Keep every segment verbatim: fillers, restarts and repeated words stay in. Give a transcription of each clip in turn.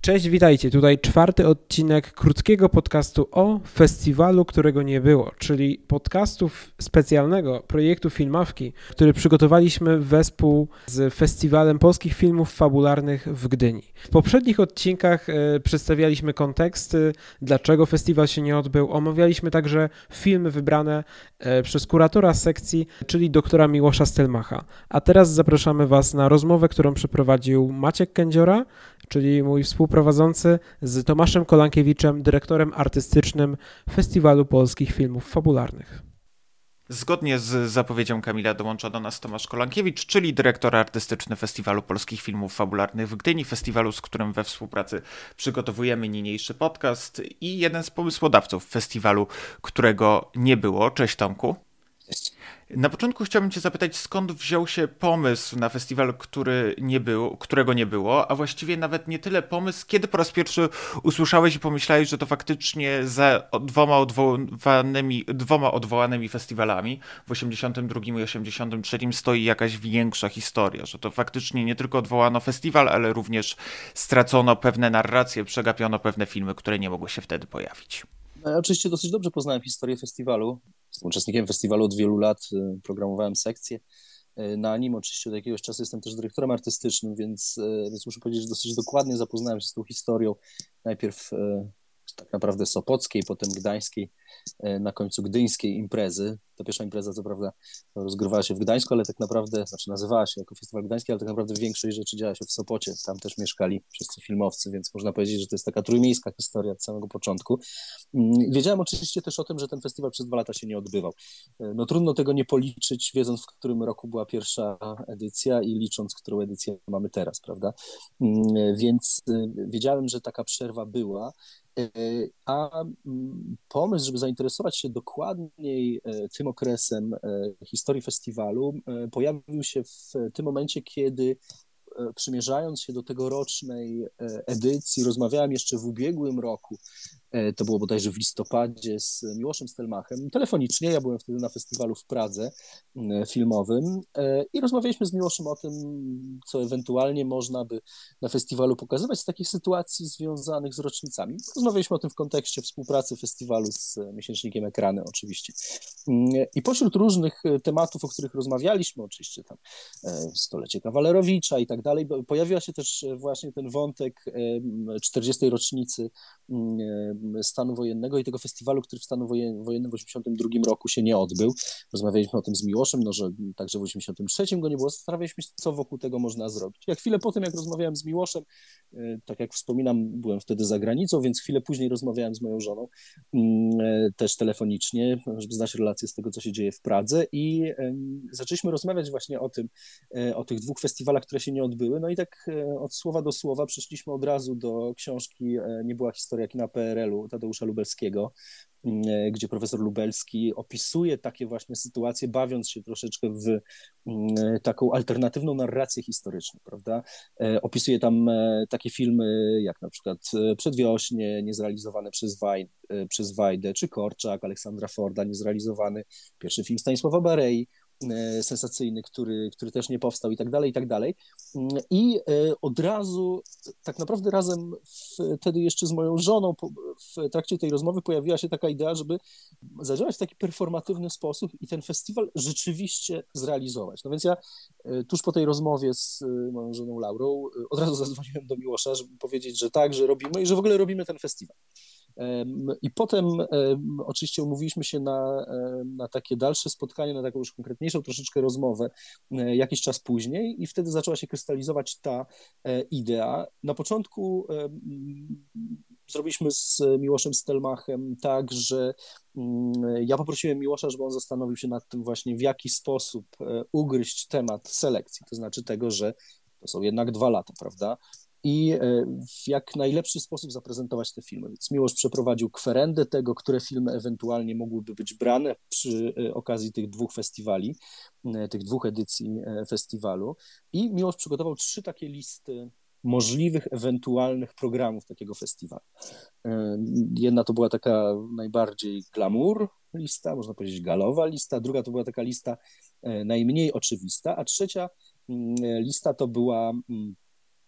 Cześć, witajcie. Tutaj czwarty odcinek krótkiego podcastu o festiwalu, którego nie było, czyli podcastu specjalnego projektu Filmawki, który przygotowaliśmy wespół z Festiwalem Polskich Filmów Fabularnych w Gdyni. W poprzednich odcinkach e, przedstawialiśmy konteksty, dlaczego festiwal się nie odbył. Omawialiśmy także filmy wybrane e, przez kuratora sekcji, czyli doktora Miłosza Stelmacha. A teraz zapraszamy Was na rozmowę, którą przeprowadził Maciek Kędziora, czyli mój współprowadzący, z Tomaszem Kolankiewiczem, dyrektorem artystycznym Festiwalu Polskich Filmów Fabularnych. Zgodnie z zapowiedzią Kamila dołącza do nas Tomasz Kolankiewicz, czyli dyrektor artystyczny Festiwalu Polskich Filmów Fabularnych w Gdyni, festiwalu, z którym we współpracy przygotowujemy niniejszy podcast, i jeden z pomysłodawców festiwalu, którego nie było. Cześć, Tomku. Cześć. Na początku chciałbym Cię zapytać, skąd wziął się pomysł na festiwal, który nie był, którego nie było, a właściwie nawet nie tyle pomysł, kiedy po raz pierwszy usłyszałeś i pomyślałeś, że to faktycznie za dwoma odwołanymi, dwoma odwołanymi festiwalami w osiemdziesiątym drugim i osiemdziesiątym trzecim stoi jakaś większa historia, że to faktycznie nie tylko odwołano festiwal, ale również stracono pewne narracje, przegapiono pewne filmy, które nie mogły się wtedy pojawić. Ja oczywiście dosyć dobrze poznałem historię festiwalu. Jestem uczestnikiem festiwalu od wielu lat, programowałem sekcję na nim. Oczywiście od jakiegoś czasu jestem też dyrektorem artystycznym, więc, więc muszę powiedzieć, że dosyć dokładnie zapoznałem się z tą historią. Najpierw tak naprawdę sopockiej, potem gdańskiej, na końcu gdyńskiej imprezy. Ta pierwsza impreza, co prawda, rozgrywała się w Gdańsku, ale tak naprawdę, znaczy nazywała się jako Festiwal Gdański, ale tak naprawdę większość rzeczy działa się w Sopocie. Tam też mieszkali wszyscy filmowcy, więc można powiedzieć, że to jest taka trójmiejska historia od samego początku. Wiedziałem oczywiście też o tym, że ten festiwal przez dwa lata się nie odbywał. No trudno tego nie policzyć, wiedząc, w którym roku była pierwsza edycja i licząc, którą edycję mamy teraz, prawda? Więc wiedziałem, że taka przerwa była. A pomysł, żeby zainteresować się dokładniej tym okresem historii festiwalu, pojawił się w tym momencie, kiedy przymierzając się do tegorocznej edycji, rozmawiałem jeszcze w ubiegłym roku, to było bodajże w listopadzie, z Miłoszem Stelmachem, telefonicznie. Ja byłem wtedy na festiwalu w Pradze filmowym i rozmawialiśmy z Miłoszem o tym, co ewentualnie można by na festiwalu pokazywać z takich sytuacji związanych z rocznicami. Rozmawialiśmy o tym w kontekście współpracy festiwalu z miesięcznikiem Ekrany oczywiście. I pośród różnych tematów, o których rozmawialiśmy, oczywiście tam stolecie Kawalerowicza i tak dalej, pojawiła się też właśnie ten wątek czterdziestej rocznicy stanu wojennego i tego festiwalu, który w stanu wojennym w osiemdziesiątym drugim roku się nie odbył. Rozmawialiśmy o tym z Miłoszem, no, że także w osiemdziesiątym trzecim go nie było. Zastanawialiśmy się, co wokół tego można zrobić. Ja chwilę po tym, jak rozmawiałem z Miłoszem, tak jak wspominam, byłem wtedy za granicą, więc chwilę później rozmawiałem z moją żoną, też telefonicznie, żeby znać relację z tego, co się dzieje w Pradze, i zaczęliśmy rozmawiać właśnie o tym, o tych dwóch festiwalach, które się nie odbyły. No i tak od słowa do słowa przeszliśmy od razu do książki Nie była historia kina P R L u Tadeusza Lubelskiego, gdzie profesor Lubelski opisuje takie właśnie sytuacje, bawiąc się troszeczkę w taką alternatywną narrację historyczną, prawda? Opisuje tam takie filmy jak na przykład Przedwiośnie, niezrealizowane przez, Waj, przez Wajdę, czy Korczak Aleksandra Forda, niezrealizowany, pierwszy film Stanisława Barei, sensacyjny, który, który też nie powstał i tak dalej, i tak dalej. I od razu, tak naprawdę razem wtedy jeszcze z moją żoną w trakcie tej rozmowy pojawiła się taka idea, żeby zadziałać w taki performatywny sposób i ten festiwal rzeczywiście zrealizować. No więc ja tuż po tej rozmowie z moją żoną Laurą od razu zadzwoniłem do Miłosza, żeby powiedzieć, że tak, że robimy i że w ogóle robimy ten festiwal. I potem oczywiście umówiliśmy się na, na takie dalsze spotkanie, na taką już konkretniejszą troszeczkę rozmowę jakiś czas później i wtedy zaczęła się krystalizować ta idea. Na początku zrobiliśmy z Miłoszem Stelmachem tak, że ja poprosiłem Miłosza, żeby on zastanowił się nad tym właśnie, w jaki sposób ugryźć temat selekcji, to znaczy tego, że to są jednak dwa lata, prawda? I w jak najlepszy sposób zaprezentować te filmy. Więc Miłosz przeprowadził kwerendę tego, które filmy ewentualnie mogłyby być brane przy okazji tych dwóch festiwali, tych dwóch edycji festiwalu. I Miłosz przygotował trzy takie listy możliwych, ewentualnych programów takiego festiwalu. Jedna to była taka najbardziej glamour lista, można powiedzieć galowa lista, druga to była taka lista najmniej oczywista, a trzecia lista to była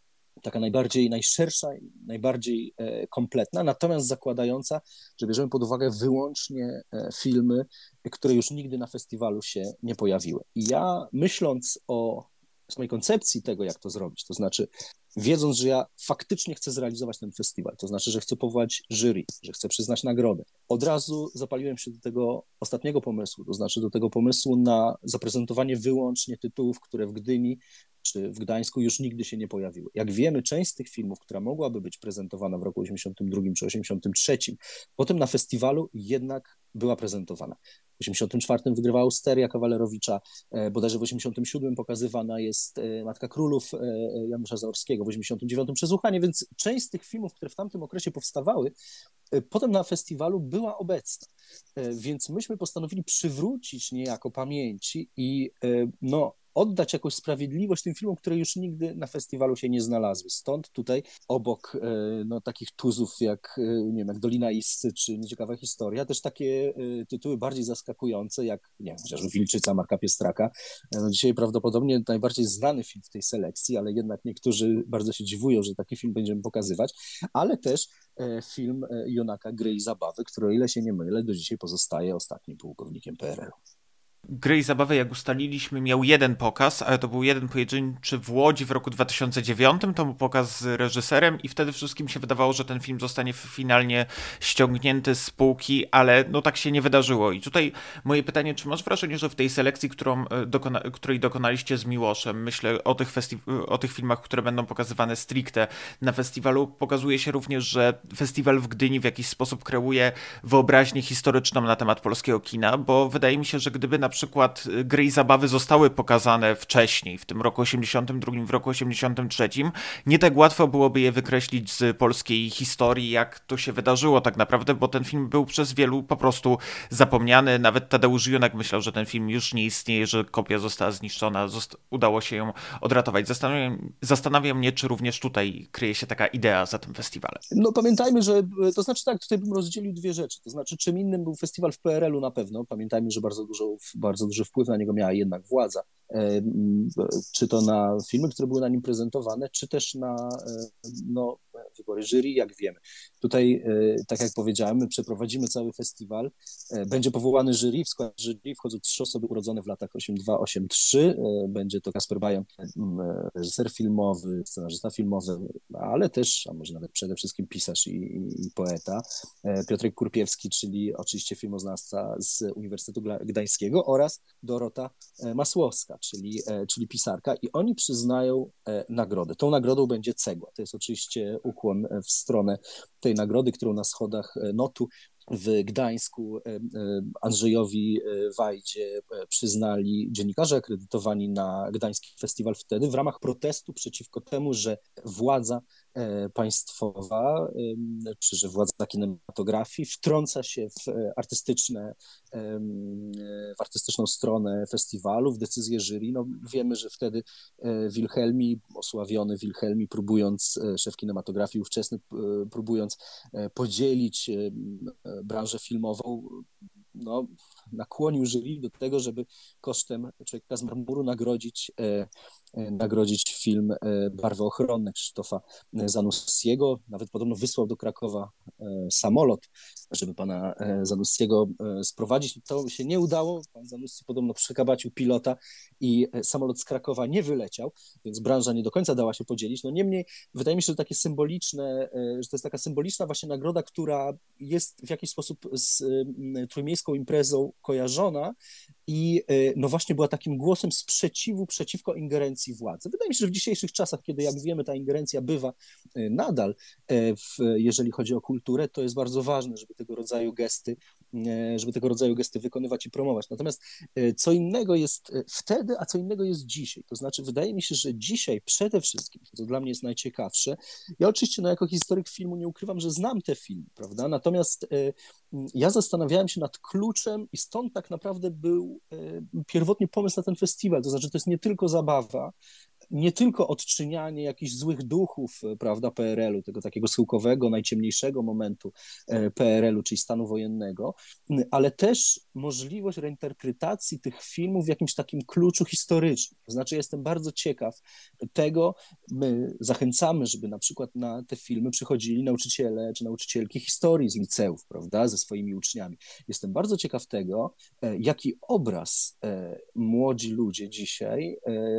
taka najbardziej, najszersza, najbardziej kompletna, natomiast zakładająca, że bierzemy pod uwagę wyłącznie filmy, które już nigdy na festiwalu się nie pojawiły. I ja, myśląc o samej koncepcji tego, jak to zrobić, to znaczy wiedząc, że ja faktycznie chcę zrealizować ten festiwal, to znaczy, że chcę powołać jury, że chcę przyznać nagrodę, od razu zapaliłem się do tego ostatniego pomysłu, to znaczy do tego pomysłu na zaprezentowanie wyłącznie tytułów, które w Gdyni czy w Gdańsku już nigdy się nie pojawiły. Jak wiemy, część z tych filmów, która mogłaby być prezentowana w roku osiemdziesiątym drugim czy osiemdziesiątym trzecim, potem na festiwalu jednak była prezentowana. W osiemdziesiątym czwartym wygrywała Austeria Kawalerowicza, bodajże w osiemdziesiątym siódmym pokazywana jest Matka Królów Janusza Zaorskiego, w osiemdziesiątym dziewiątym Przesłuchanie, więc część z tych filmów, które w tamtym okresie powstawały, potem na festiwalu była obecna. Więc myśmy postanowili przywrócić niejako pamięci i no, oddać jakąś sprawiedliwość tym filmom, które już nigdy na festiwalu się nie znalazły. Stąd tutaj obok no, takich tuzów jak, nie wiem, jak Dolina Issy czy Nieciekawa historia, też takie tytuły bardziej zaskakujące jak, nie wiem, chociażby Wilczyca Marka Piestraka. No, dzisiaj prawdopodobnie najbardziej znany film w tej selekcji, ale jednak niektórzy bardzo się dziwują, że taki film będziemy pokazywać, ale też film Jonaka Gry i Zabawy, który, o ile się nie mylę, do dzisiaj pozostaje ostatnim pułkownikiem P R L-u. Gry i Zabawy, jak ustaliliśmy, miał jeden pokaz, ale to był jeden pojedynczy w Łodzi w roku dwa tysiące dziewiątym, to był pokaz z reżyserem i wtedy wszystkim się wydawało, że ten film zostanie finalnie ściągnięty z spółki, ale no tak się nie wydarzyło. I tutaj moje pytanie, czy masz wrażenie, że w tej selekcji, którą dokona, której dokonaliście z Miłoszem, myślę o tych, festi- o tych filmach, które będą pokazywane stricte na festiwalu, pokazuje się również, że festiwal w Gdyni w jakiś sposób kreuje wyobraźnię historyczną na temat polskiego kina, bo wydaje mi się, że gdyby na przykład Gry i Zabawy zostały pokazane wcześniej, w tym roku osiemdziesiątym drugim, w roku osiemdziesiątym trzecim, nie tak łatwo byłoby je wykreślić z polskiej historii, jak to się wydarzyło tak naprawdę, bo ten film był przez wielu po prostu zapomniany. Nawet Tadeusz Junek myślał, że ten film już nie istnieje, że kopia została zniszczona, zosta- udało się ją odratować. Zastanawiam, zastanawiam mnie, czy również tutaj kryje się taka idea za tym festiwalem. No pamiętajmy, że, to znaczy tak, tutaj bym rozdzielił dwie rzeczy, to znaczy czym innym był festiwal w P R L-u na pewno, pamiętajmy, że bardzo dużo bardzo duży wpływ na niego miała jednak władza, czy to na filmy, które były na nim prezentowane, czy też na no, wybory jury, jak wiemy. Tutaj, tak jak powiedziałem, my przeprowadzimy cały festiwal, będzie powołany jury, w skład jury wchodzą trzy osoby urodzone w latach osiemdziesiątym drugi osiemdziesiątym trzecim, będzie to Kasper Bajon, reżyser filmowy, scenarzysta filmowy, ale też, a może nawet przede wszystkim pisarz i, i, i poeta, Piotrek Kurpiewski, czyli oczywiście filmoznawca z Uniwersytetu Gdańskiego oraz Dorota Masłowska, czyli, czyli pisarka i oni przyznają nagrodę. Tą nagrodą będzie Cegła. To jest oczywiście ukłon w stronę tej nagrody, którą na schodach Notu w Gdańsku Andrzejowi Wajdzie przyznali dziennikarze akredytowani na Gdański Festiwal wtedy w ramach protestu przeciwko temu, że władza państwowa, czy że władza kinematografii wtrąca się w artystyczne, w artystyczną stronę festiwalu, w decyzję jury. No, wiemy, że wtedy Wilhelmi, osławiony Wilhelmi, próbując, szef kinematografii ówczesny, próbując podzielić branżę filmową, no, nakłonił jury do tego, żeby kosztem Człowieka z marmuru nagrodzić, e, nagrodzić film e, Barwy ochronne Krzysztofa Zanussiego. Nawet podobno wysłał do Krakowa e, samolot, żeby pana e, Zanussiego e, sprowadzić. To się nie udało. Pan Zanussi podobno przekabacił pilota i e, samolot z Krakowa nie wyleciał, więc branża nie do końca dała się podzielić. No niemniej wydaje mi się, że takie symboliczne, e, że to jest taka symboliczna właśnie nagroda, która jest w jakiś sposób z e, trójmiejską imprezą kojarzona i no właśnie była takim głosem sprzeciwu przeciwko ingerencji władzy. Wydaje mi się, że w dzisiejszych czasach, kiedy jak wiemy ta ingerencja bywa nadal, w, jeżeli chodzi o kulturę, to jest bardzo ważne, żeby tego rodzaju gesty, żeby tego rodzaju gesty wykonywać i promować. Natomiast co innego jest wtedy, a co innego jest dzisiaj. To znaczy wydaje mi się, że dzisiaj przede wszystkim, to dla mnie jest najciekawsze, ja oczywiście no, jako historyk filmu nie ukrywam, że znam te filmy, prawda? Natomiast ja zastanawiałem się nad kluczem i stąd tak naprawdę był pierwotnie pomysł na ten festiwal, to znaczy to jest nie tylko zabawa, nie tylko odczynianie jakichś złych duchów, prawda, P R L u, tego takiego schyłkowego, najciemniejszego momentu P R L u, czyli stanu wojennego, ale też możliwość reinterpretacji tych filmów w jakimś takim kluczu historycznym. To znaczy, jestem bardzo ciekaw tego, my zachęcamy, żeby na przykład na te filmy przychodzili nauczyciele czy nauczycielki historii z liceów, prawda, ze swoimi uczniami. Jestem bardzo ciekaw tego, jaki obraz młodzi ludzie dzisiaj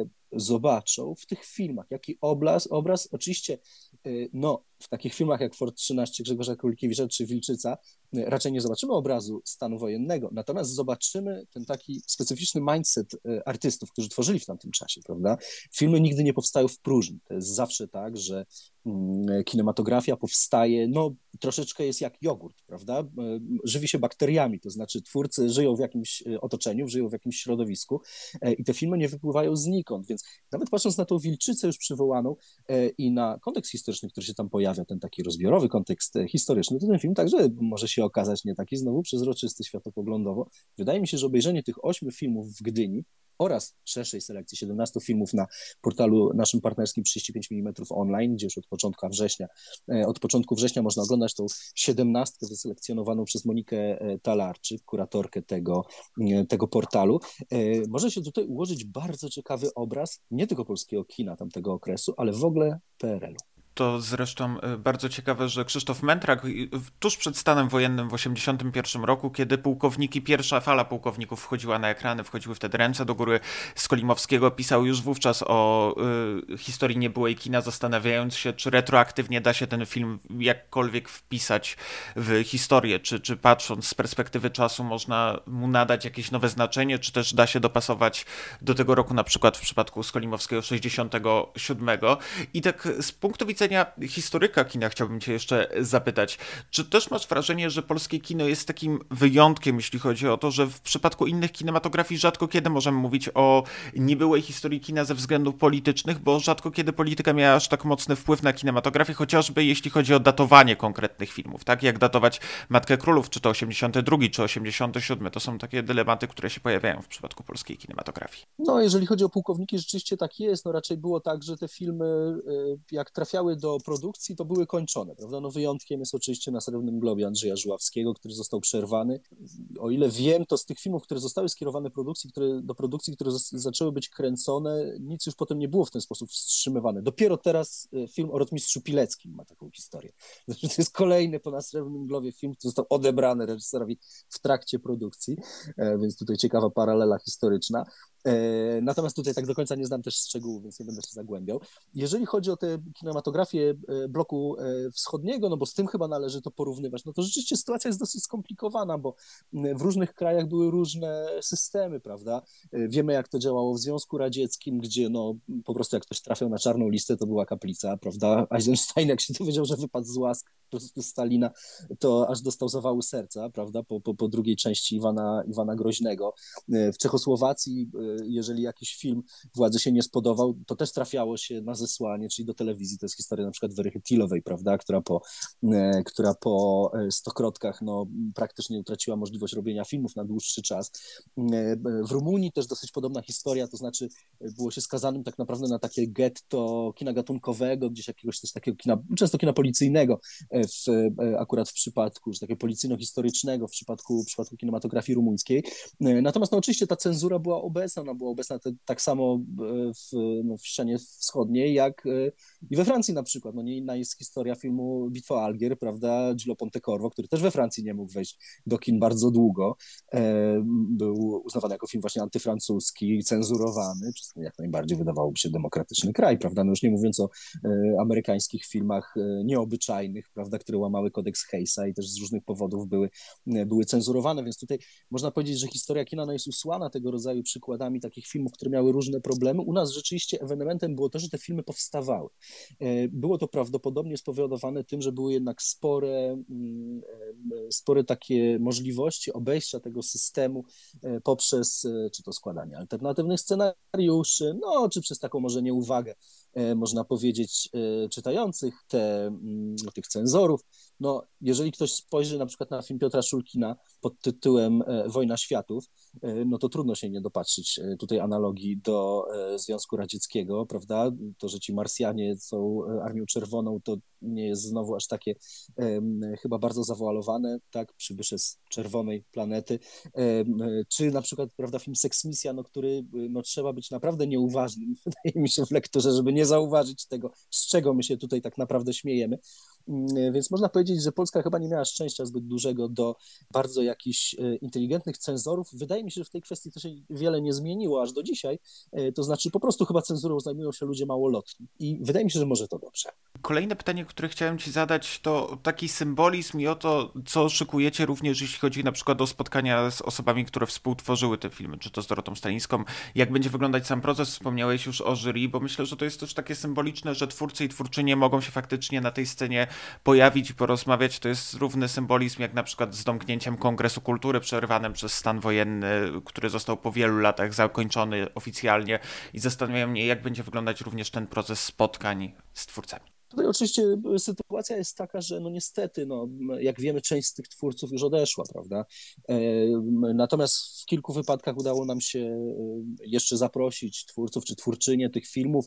zobaczą w tych filmach, jaki obraz, obraz oczywiście, no, w takich filmach jak Fort trzynaście Grzegorza Królikiewicza czy Wilczyca raczej nie zobaczymy obrazu stanu wojennego, natomiast zobaczymy ten taki specyficzny mindset artystów, którzy tworzyli w tamtym czasie, prawda? Filmy nigdy nie powstają w próżni. To jest zawsze tak, że kinematografia powstaje, no troszeczkę jest jak jogurt, prawda? Żywi się bakteriami, to znaczy twórcy żyją w jakimś otoczeniu, żyją w jakimś środowisku i te filmy nie wypływają znikąd, więc nawet patrząc na tą Wilczycę już przywołaną i na kontekst historyczny, który się tam pojawia, ten taki rozbiorowy kontekst historyczny, to ten film także może się okazać nie taki znowu przezroczysty światopoglądowo. Wydaje mi się, że obejrzenie tych ośmiu filmów w Gdyni oraz szerszej selekcji siedemnastu filmów na portalu naszym partnerskim trzydzieści pięć milimetrów online, gdzie już od początku września, od początku września można oglądać tą siedemnastkę wyselekcjonowaną przez Monikę Talarczyk, kuratorkę tego, tego portalu. Może się tutaj ułożyć bardzo ciekawy obraz nie tylko polskiego kina tamtego okresu, ale w ogóle P R L u. To zresztą bardzo ciekawe, że Krzysztof Mentrak tuż przed stanem wojennym w osiemdziesiątym pierwszym roku, kiedy pułkowniki, pierwsza fala pułkowników wchodziła na ekrany, wchodziły wtedy ręce do góry, Skolimowskiego pisał już wówczas o y, historii niebyłej kina, zastanawiając się, czy retroaktywnie da się ten film jakkolwiek wpisać w historię, czy, czy patrząc z perspektywy czasu można mu nadać jakieś nowe znaczenie, czy też da się dopasować do tego roku, na przykład w przypadku Skolimowskiego sześćdziesiątego siódmego. I tak z punktu widzenia historyka kina chciałbym cię jeszcze zapytać, czy też masz wrażenie, że polskie kino jest takim wyjątkiem, jeśli chodzi o to, że w przypadku innych kinematografii rzadko kiedy możemy mówić o niebyłej historii kina ze względów politycznych, bo rzadko kiedy polityka miała aż tak mocny wpływ na kinematografię, chociażby jeśli chodzi o datowanie konkretnych filmów, tak? Jak datować Matkę Królów, czy to osiemdziesiąty drugi, czy osiemdziesiąty siódmy, to są takie dylematy, które się pojawiają w przypadku polskiej kinematografii. No, jeżeli chodzi o pułkowniki, rzeczywiście tak jest, no raczej było tak, że te filmy, jak trafiały do produkcji, to były kończone, prawda? No wyjątkiem jest oczywiście Na Srebrnym Globie Andrzeja Żuławskiego, który został przerwany. O ile wiem, to z tych filmów, które zostały skierowane produkcji, które, do produkcji, które z, zaczęły być kręcone, nic już potem nie było w ten sposób wstrzymywane. Dopiero teraz film o Rotmistrzu Pileckim ma taką historię. To jest kolejny po Na Srebrnym Globie film, który został odebrany reżyserowi w trakcie produkcji, więc tutaj ciekawa paralela historyczna. Natomiast tutaj tak do końca nie znam też szczegółów, więc nie będę się zagłębiał. Jeżeli chodzi o tę kinematografię bloku wschodniego, no bo z tym chyba należy to porównywać, no to rzeczywiście sytuacja jest dosyć skomplikowana, bo w różnych krajach były różne systemy, prawda? Wiemy, jak to działało w Związku Radzieckim, gdzie no po prostu jak ktoś trafiał na czarną listę, to była kaplica, prawda? Eisenstein, jak się dowiedział, że wypadł z łask po prostu Stalina, to aż dostał zawału serca, prawda? Po, po, po drugiej części Iwana, Iwana Groźnego. W Czechosłowacji, jeżeli jakiś film władzy się nie spodobał, to też trafiało się na zesłanie, czyli do telewizji. To jest historia na przykład Werychy Tilowej, prawda, która po, która po stokrotkach no, praktycznie utraciła możliwość robienia filmów na dłuższy czas. W Rumunii też dosyć podobna historia, to znaczy było się skazanym tak naprawdę na takie getto kina gatunkowego, gdzieś jakiegoś też takiego kina, często kina policyjnego, w, akurat w przypadku, że takiego policyjno-historycznego w przypadku, w przypadku kinematografii rumuńskiej. Natomiast no, oczywiście ta cenzura była obecna, ona była obecna te, tak samo w, no, w ścianie wschodniej, jak i we Francji na przykład. No nie inna jest historia filmu Bitwa o Algier, prawda, Gillo Pontecorvo, który też we Francji nie mógł wejść do kin bardzo długo. Był uznawany jako film właśnie antyfrancuski, cenzurowany, przez jak najbardziej wydawałoby się demokratyczny kraj, prawda, no już nie mówiąc o amerykańskich filmach nieobyczajnych, prawda, które łamały kodeks Hayesa i też z różnych powodów były, były cenzurowane, więc tutaj można powiedzieć, że historia kina no, jest usłana tego rodzaju przykładami takich filmów, które miały różne problemy. U nas rzeczywiście ewenementem było to, że te filmy powstawały. Było to prawdopodobnie spowodowane tym, że były jednak spore, spore takie możliwości obejścia tego systemu poprzez czy to składanie alternatywnych scenariuszy, no czy przez taką może nieuwagę, można powiedzieć, czytających te, tych cenzorów, no jeżeli ktoś spojrzy na przykład na film Piotra Szulkina pod tytułem Wojna Światów, no to trudno się nie dopatrzyć tutaj analogii do Związku Radzieckiego, prawda? To, że ci Marsjanie są Armią Czerwoną, to nie jest znowu aż takie um, chyba bardzo zawoalowane, tak? Przybysze z czerwonej planety. Um, czy na przykład, prawda, film Seksmisja, no, który no, trzeba być naprawdę nieuważnym, wydaje mi się, w lekturze, żeby nie zauważyć tego, z czego my się tutaj tak naprawdę śmiejemy. Więc można powiedzieć, że Polska chyba nie miała szczęścia zbyt dużego do bardzo jakichś inteligentnych cenzorów. Wydaje mi się, że w tej kwestii to się wiele nie zmieniło aż do dzisiaj. To znaczy po prostu chyba cenzurą zajmują się ludzie małolotni. I wydaje mi się, że może to dobrze. Kolejne pytanie, które chciałem ci zadać, to taki symbolizm i o to, co szykujecie również, jeśli chodzi na przykład o spotkania z osobami, które współtworzyły te filmy, czy to z Dorotą Stalińską. Jak będzie wyglądać sam proces? Wspomniałeś już o jury, bo myślę, że to jest też takie symboliczne, że twórcy i twórczynie mogą się faktycznie na tej scenie pojawić i porozmawiać. To jest równy symbolizm jak na przykład z domknięciem Kongresu Kultury przerwanym przez stan wojenny, który został po wielu latach zakończony oficjalnie, i zastanawiam mnie, jak będzie wyglądać również ten proces spotkań z twórcami. Tutaj oczywiście sytuacja jest taka, że no niestety, no, jak wiemy, część z tych twórców już odeszła, prawda? Natomiast w kilku wypadkach udało nam się jeszcze zaprosić twórców czy twórczynie tych filmów.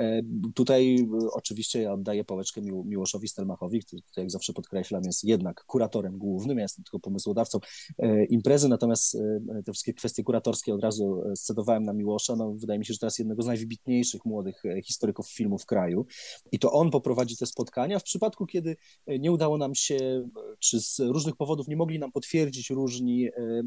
Tutaj oczywiście ja oddaję pałeczkę Mił- Miłoszowi Stelmachowi, który, jak zawsze podkreślam, jest jednak kuratorem głównym, ja jestem tylko pomysłodawcą imprezy, natomiast te wszystkie kwestie kuratorskie od razu scedowałem na Miłosza. No, wydaje mi się, że teraz jednego z najwybitniejszych młodych historyków filmu w kraju. I to on poprowadzi prowadzi te spotkania. W przypadku, kiedy nie udało nam się, czy z różnych powodów nie mogli nam potwierdzić różni,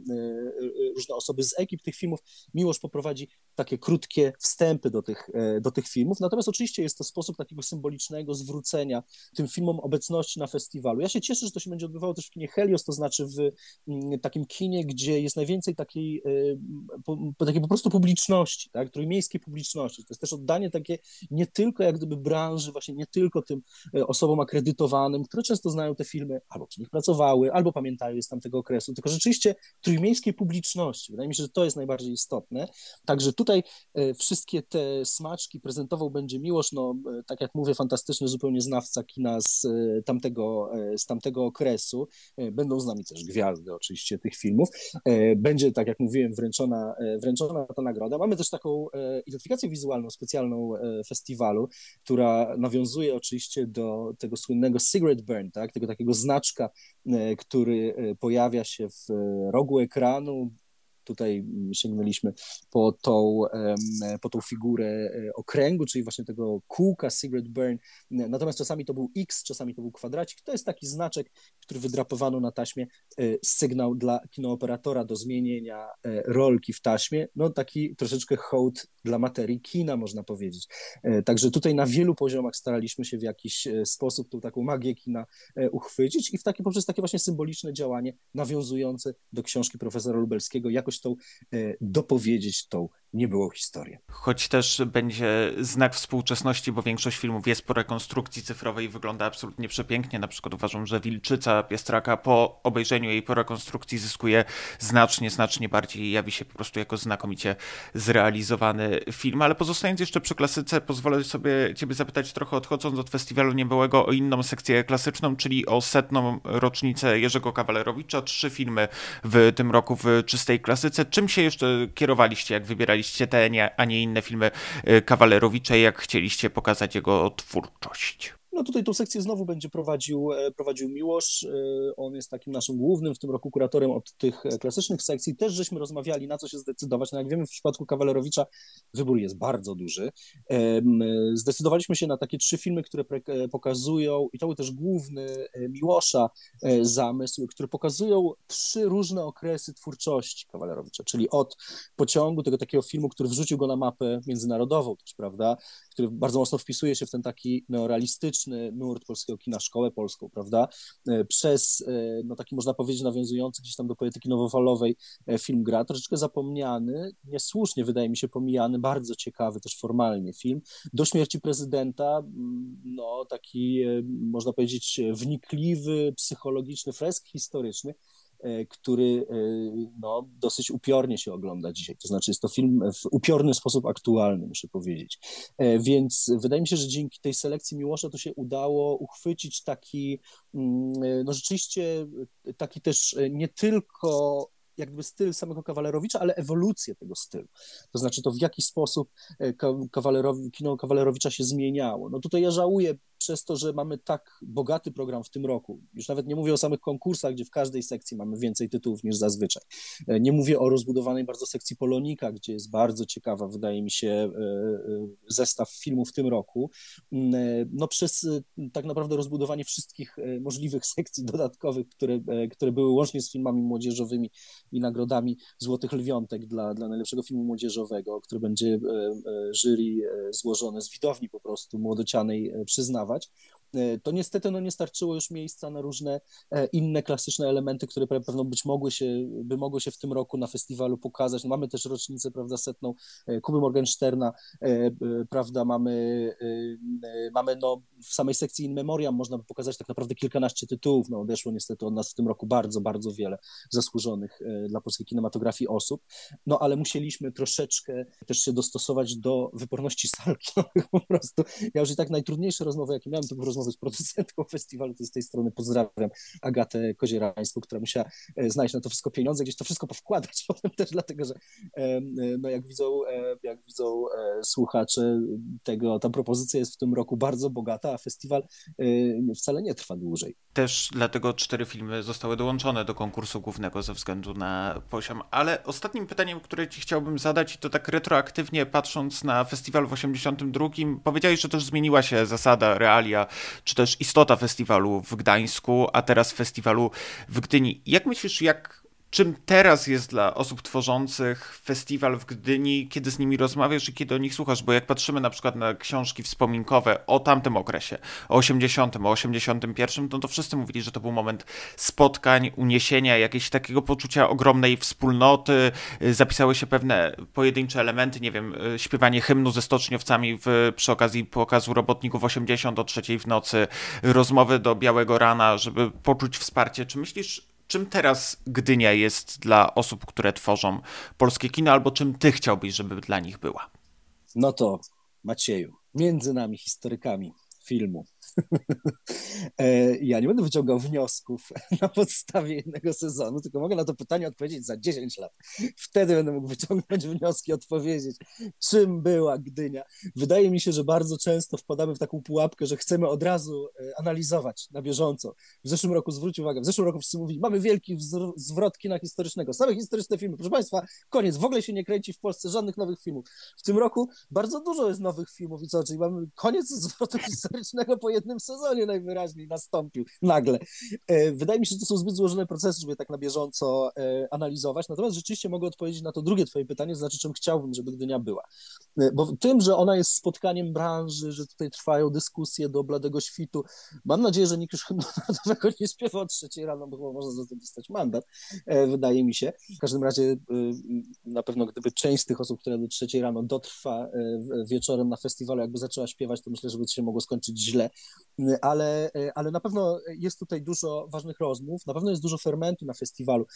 różne osoby z ekip tych filmów, Miłosz poprowadzi takie krótkie wstępy do tych, do tych filmów. Natomiast oczywiście jest to sposób takiego symbolicznego zwrócenia tym filmom obecności na festiwalu. Ja się cieszę, że to się będzie odbywało też w kinie Helios, to znaczy w takim kinie, gdzie jest najwięcej takiej, po, takiej po prostu publiczności, tak? Trójmiejskiej publiczności. To jest też oddanie takie nie tylko jak gdyby branży, właśnie nie tylko tym osobom akredytowanym, które często znają te filmy, albo przy nich pracowały, albo pamiętają je z tamtego okresu, tylko rzeczywiście trójmiejskiej publiczności. Wydaje mi się, że to jest najbardziej istotne. Także tutaj wszystkie te smaczki prezentował będzie Miłosz, no tak jak mówię, fantastyczny zupełnie znawca kina z tamtego, z tamtego okresu. Będą z nami też gwiazdy oczywiście tych filmów. Będzie, tak jak mówiłem, wręczona, wręczona ta nagroda. Mamy też taką identyfikację wizualną specjalną festiwalu, która nawiązuje oczywiście do tego słynnego cigarette burn, tak? Tego takiego znaczka, który pojawia się w rogu ekranu. Tutaj sięgnęliśmy po tą, po tą figurę okręgu, czyli właśnie tego kółka cigarette burn. Natomiast czasami to był X, czasami to był kwadracik. To jest taki znaczek, który wydrapowano na taśmie, sygnał dla kinooperatora do zmienienia rolki w taśmie. No taki troszeczkę hołd dla materii kina, można powiedzieć. Także tutaj na wielu poziomach staraliśmy się w jakiś sposób tą taką magię kina uchwycić i w takie, poprzez takie właśnie symboliczne działanie nawiązujące do książki profesora Lubelskiego jakoś tą dopowiedzieć tą niebyłą historię. Choć też będzie znak współczesności, bo większość filmów jest po rekonstrukcji cyfrowej i wygląda absolutnie przepięknie. Na przykład uważam, że Wilczyca Piestraka po obejrzeniu jej po rekonstrukcji zyskuje znacznie, znacznie bardziej i jawi się po prostu jako znakomicie zrealizowany film. Ale pozostając jeszcze przy klasyce, pozwolę sobie ciebie zapytać trochę, odchodząc od Festiwalu Niebyłego, o inną sekcję klasyczną, czyli o setną rocznicę Jerzego Kawalerowicza. Trzy filmy w tym roku w czystej klasyce. Czym się jeszcze kierowaliście, jak wybieraliście te, a nie inne filmy Kawalerowicza i jak chcieliście pokazać jego twórczość? No tutaj tą sekcję znowu będzie prowadził, prowadził Miłosz. On jest takim naszym głównym w tym roku kuratorem od tych klasycznych sekcji. Też żeśmy rozmawiali, na co się zdecydować. No jak wiemy, w przypadku Kawalerowicza wybór jest bardzo duży. Zdecydowaliśmy się na takie trzy filmy, które pokazują, i to był też główny Miłosza zamysł, które pokazują trzy różne okresy twórczości Kawalerowicza, czyli od Pociągu, tego takiego filmu, który wrzucił go na mapę międzynarodową też, prawda, który bardzo mocno wpisuje się w ten taki neorealistyczny nurt polskiego kina, szkołę polską, prawda, przez, no taki można powiedzieć, nawiązujący gdzieś tam do poetyki nowofalowej film Gra, troszeczkę zapomniany, niesłusznie wydaje mi się pomijany, bardzo ciekawy też formalnie film, Do śmierci prezydenta, no taki można powiedzieć wnikliwy, psychologiczny fresk historyczny, który no, dosyć upiornie się ogląda dzisiaj. To znaczy jest to film w upiorny sposób aktualny, muszę powiedzieć. Więc wydaje mi się, że dzięki tej selekcji Miłosza to się udało uchwycić taki, no rzeczywiście taki też nie tylko jakby styl samego Kawalerowicza, ale ewolucję tego stylu. To znaczy to, w jaki sposób Kawalerowi, kino Kawalerowicza się zmieniało. No tutaj ja żałuję przez to, że mamy tak bogaty program w tym roku. Już nawet nie mówię o samych konkursach, gdzie w każdej sekcji mamy więcej tytułów niż zazwyczaj. Nie mówię o rozbudowanej bardzo sekcji Polonika, gdzie jest bardzo ciekawa, wydaje mi się, zestaw filmów w tym roku. No przez tak naprawdę rozbudowanie wszystkich możliwych sekcji dodatkowych, które, które były łącznie z filmami młodzieżowymi i nagrodami Złotych Lwiątek dla, dla najlepszego filmu młodzieżowego, który będzie jury złożone z widowni po prostu młodocianej przyznawać, to niestety no, nie starczyło już miejsca na różne inne klasyczne elementy, które pewno być mogły się, by mogły się w tym roku na festiwalu pokazać. No, mamy też rocznicę, prawda, setną Kuby Morgensterna, prawda, mamy, mamy no, w samej sekcji In Memoriam można by pokazać tak naprawdę kilkanaście tytułów. No, odeszło niestety od nas w tym roku bardzo, bardzo wiele zasłużonych dla polskiej kinematografii osób, no ale musieliśmy troszeczkę też się dostosować do wyporności sal kinowych po prostu. Ja już i tak najtrudniejsze rozmowy, jakie miałem, to były rozmowy z producentką festiwalu, to z tej strony pozdrawiam Agatę Kozierańską, która musiała znaleźć na to wszystko pieniądze, gdzieś to wszystko powkładać potem też, dlatego że no jak widzą, jak widzą słuchacze tego, ta propozycja jest w tym roku bardzo bogata, a festiwal wcale nie trwa dłużej. Też dlatego cztery filmy zostały dołączone do konkursu głównego ze względu na poziom. Ale ostatnim pytaniem, które ci chciałbym zadać, i to tak retroaktywnie patrząc na festiwal w osiemdziesiątym drugim, powiedziałeś, że też zmieniła się zasada, realia, czy też istota festiwalu w Gdańsku, a teraz festiwalu w Gdyni. Jak myślisz, jak czym teraz jest dla osób tworzących festiwal w Gdyni, kiedy z nimi rozmawiasz i kiedy o nich słuchasz? Bo jak patrzymy na przykład na książki wspominkowe o tamtym okresie, o osiemdziesiątym, o osiemdziesiątym pierwszym, no to wszyscy mówili, że to był moment spotkań, uniesienia, jakiegoś takiego poczucia ogromnej wspólnoty. Zapisały się pewne pojedyncze elementy, nie wiem, śpiewanie hymnu ze stoczniowcami w, przy okazji pokazu Robotników osiemdziesiąt o trzeciej w nocy, rozmowy do białego rana, żeby poczuć wsparcie. Czy myślisz, czym teraz Gdynia jest dla osób, które tworzą polskie kino, albo czym ty chciałbyś, żeby dla nich była? No to Macieju, między nami historykami filmu. Ja nie będę wyciągał wniosków na podstawie jednego sezonu, tylko mogę na to pytanie odpowiedzieć za dziesięć lat. Wtedy będę mógł wyciągnąć wnioski, odpowiedzieć, czym była Gdynia. Wydaje mi się, że bardzo często wpadamy w taką pułapkę, że chcemy od razu analizować na bieżąco. W zeszłym roku, zwróć uwagę, w zeszłym roku wszyscy mówili, mamy wielki wzr- zwrot kina historycznego, same historyczne filmy. Proszę Państwa, koniec, w ogóle się nie kręci w Polsce żadnych nowych filmów. W tym roku bardzo dużo jest nowych filmów i co, czyli mamy koniec zwrotu historycznego po jednym sezonie najwyraźniej nastąpił nagle. Wydaje mi się, że to są zbyt złożone procesy, żeby tak na bieżąco analizować. Natomiast rzeczywiście mogę odpowiedzieć na to drugie twoje pytanie, to znaczy czym chciałbym, żeby Gdynia była. Bo tym, że ona jest spotkaniem branży, że tutaj trwają dyskusje do bladego świtu, mam nadzieję, że nikt już hymnu narodowego nie śpiewa o trzeciej rano, bo można za to dostać mandat, wydaje mi się. W każdym razie na pewno gdyby część z tych osób, które do trzeciej rano dotrwa wieczorem na festiwalu, jakby zaczęła śpiewać, to myślę, że by to się mogło skończyć źle. Ale, ale na pewno jest tutaj dużo ważnych rozmów, na pewno jest dużo fermentu na festiwalu.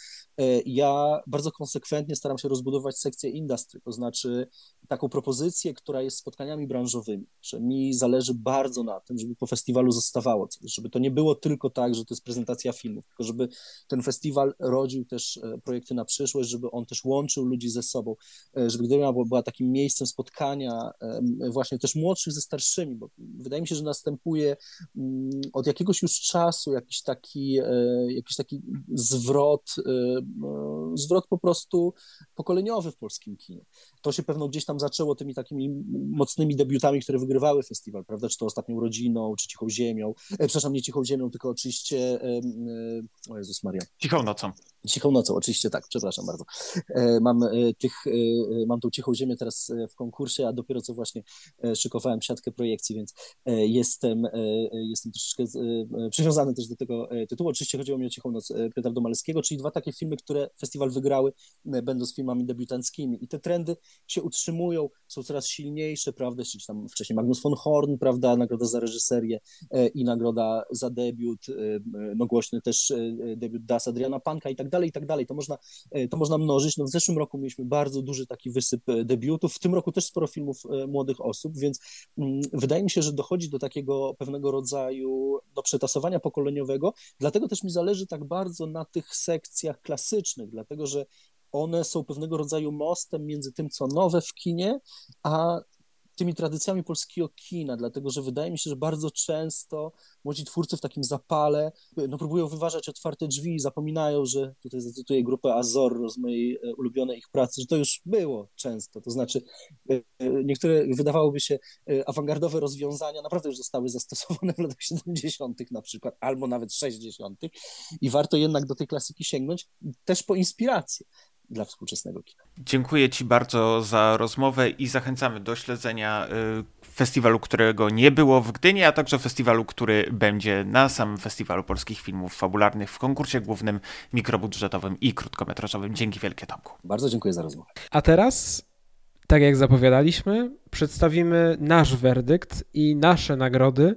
Ja bardzo konsekwentnie staram się rozbudować sekcję industry, to znaczy taką propozycję, która jest spotkaniami branżowymi, że mi zależy bardzo na tym, żeby po festiwalu zostawało coś, żeby to nie było tylko tak, że to jest prezentacja filmów, tylko żeby ten festiwal rodził też projekty na przyszłość, żeby on też łączył ludzi ze sobą, żeby Gdynia była takim miejscem spotkania właśnie też młodszych ze starszymi, bo wydaje mi się, że następuje od jakiegoś już czasu jakiś taki, jakiś taki zwrot, zwrot po prostu pokoleniowy w polskim kinie. To się pewno gdzieś tam zaczęło tymi takimi mocnymi debiutami, które wygrywały festiwal, prawda, czy to Ostatnią Rodziną, czy Cichą Ziemią, e, przepraszam, nie Cichą Ziemią, tylko oczywiście, e, e, o Jezus Maria. Cichą nocą. Cichą nocą, oczywiście tak, przepraszam bardzo. E, mam, e, tych, e, mam tą Cichą Ziemię teraz w konkursie, a dopiero co właśnie e, szykowałem siatkę projekcji, więc e, jestem, e, jestem troszeczkę e, przywiązany też do tego e, tytułu. Oczywiście chodziło mi o Cichą Noc Piotra Domalskiego, czyli dwa takie filmy, które festiwal wygrały, e, będąc filmami debiutanckimi. I te trendy się utrzymują, są coraz silniejsze, prawda, czyli tam wcześniej Magnus von Horn, prawda, nagroda za reżyserię i nagroda za debiut, no głośny też debiut Das Adriana Panka i tak dalej, i tak dalej. To można, to można mnożyć. No w zeszłym roku mieliśmy bardzo duży taki wysyp debiutów, w tym roku też sporo filmów młodych osób, więc wydaje mi się, że dochodzi do takiego pewnego rodzaju no, przetasowania pokoleniowego, dlatego też mi zależy tak bardzo na tych sekcjach klasycznych, dlatego że one są pewnego rodzaju mostem między tym, co nowe w kinie, a tymi tradycjami polskiego kina, dlatego że wydaje mi się, że bardzo często młodzi twórcy w takim zapale no, próbują wyważać otwarte drzwi, zapominają, że tutaj zacytuję grupę Azorro z mojej ulubionej ich pracy, że to już było często, to znaczy niektóre wydawałoby się awangardowe rozwiązania naprawdę już zostały zastosowane w latach siedemdziesiątych na przykład, albo nawet sześćdziesiątych i warto jednak do tej klasyki sięgnąć też po inspirację dla współczesnego kina. Dziękuję Ci bardzo za rozmowę i zachęcamy do śledzenia festiwalu, którego nie było w Gdyni, a także festiwalu, który będzie na samym Festiwalu Polskich Filmów Fabularnych w konkursie głównym, mikrobudżetowym i krótkometrażowym. Dzięki wielkie, Tomku. Bardzo dziękuję za rozmowę. A teraz, tak jak zapowiadaliśmy, przedstawimy nasz werdykt i nasze nagrody.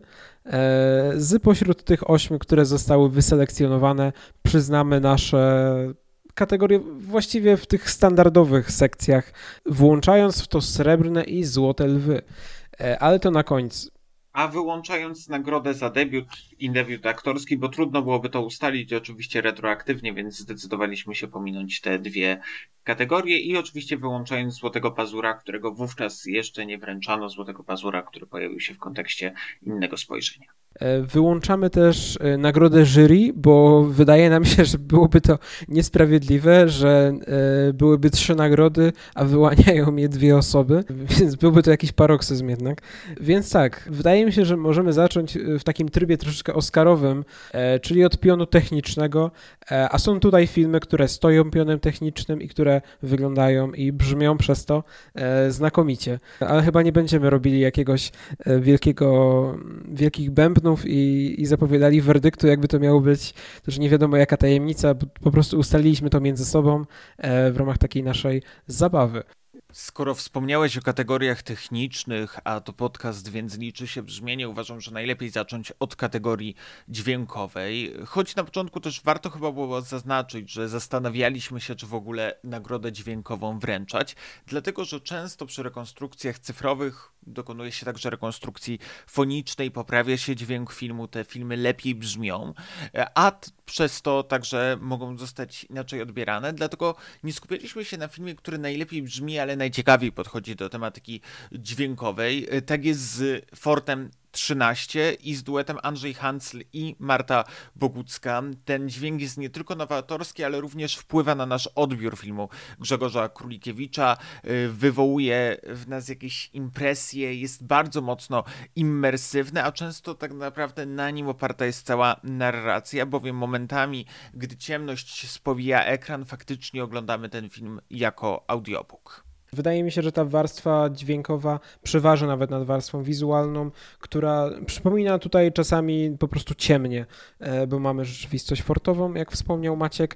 Z pośród tych ośmiu, które zostały wyselekcjonowane, przyznamy nasze kategorie właściwie w tych standardowych sekcjach, włączając w to srebrne i złote lwy. Ale to na końcu. A wyłączając nagrodę za debiut i debiut aktorski, bo trudno byłoby to ustalić oczywiście retroaktywnie, więc zdecydowaliśmy się pominąć te dwie kategorie i oczywiście wyłączając Złotego Pazura, którego wówczas jeszcze nie wręczano, Złotego Pazura, który pojawił się w kontekście innego spojrzenia. Wyłączamy też nagrodę jury, bo wydaje nam się, że byłoby to niesprawiedliwe, że byłyby trzy nagrody, a wyłaniają je dwie osoby, więc byłby to jakiś paroksyzm jednak. Więc tak, wydaje mi się, że możemy zacząć w takim trybie troszeczkę oscarowym, czyli od pionu technicznego, a są tutaj filmy, które stoją pionem technicznym i które wyglądają i brzmią przez to znakomicie. Ale chyba nie będziemy robili jakiegoś wielkiego, wielkich bębnów i, i zapowiadali werdyktu, jakby to miało być też nie wiadomo jaka tajemnica, po prostu ustaliliśmy to między sobą w ramach takiej naszej zabawy. Skoro wspomniałeś o kategoriach technicznych, a to podcast, więc liczy się brzmienie, uważam, że najlepiej zacząć od kategorii dźwiękowej. Choć na początku też warto chyba było zaznaczyć, że zastanawialiśmy się, czy w ogóle nagrodę dźwiękową wręczać, dlatego że często przy rekonstrukcjach cyfrowych dokonuje się także rekonstrukcji fonicznej, poprawia się dźwięk filmu, te filmy lepiej brzmią, a t- przez to także mogą zostać inaczej odbierane, dlatego nie skupialiśmy się na filmie, który najlepiej brzmi, ale najciekawiej podchodzi do tematyki dźwiękowej. Tak jest z Fortem trzynaście i z duetem Andrzej Hancl i Marta Bogucka. Ten dźwięk jest nie tylko nowatorski, ale również wpływa na nasz odbiór filmu Grzegorza Królikiewicza, wywołuje w nas jakieś impresje, jest bardzo mocno immersywny, a często tak naprawdę na nim oparta jest cała narracja, bowiem momentami, gdy ciemność spowija ekran, faktycznie oglądamy ten film jako audiobook. Wydaje mi się, że ta warstwa dźwiękowa przeważa nawet nad warstwą wizualną, która przypomina tutaj czasami po prostu ciemnie, bo mamy rzeczywistość fortową, jak wspomniał Maciek,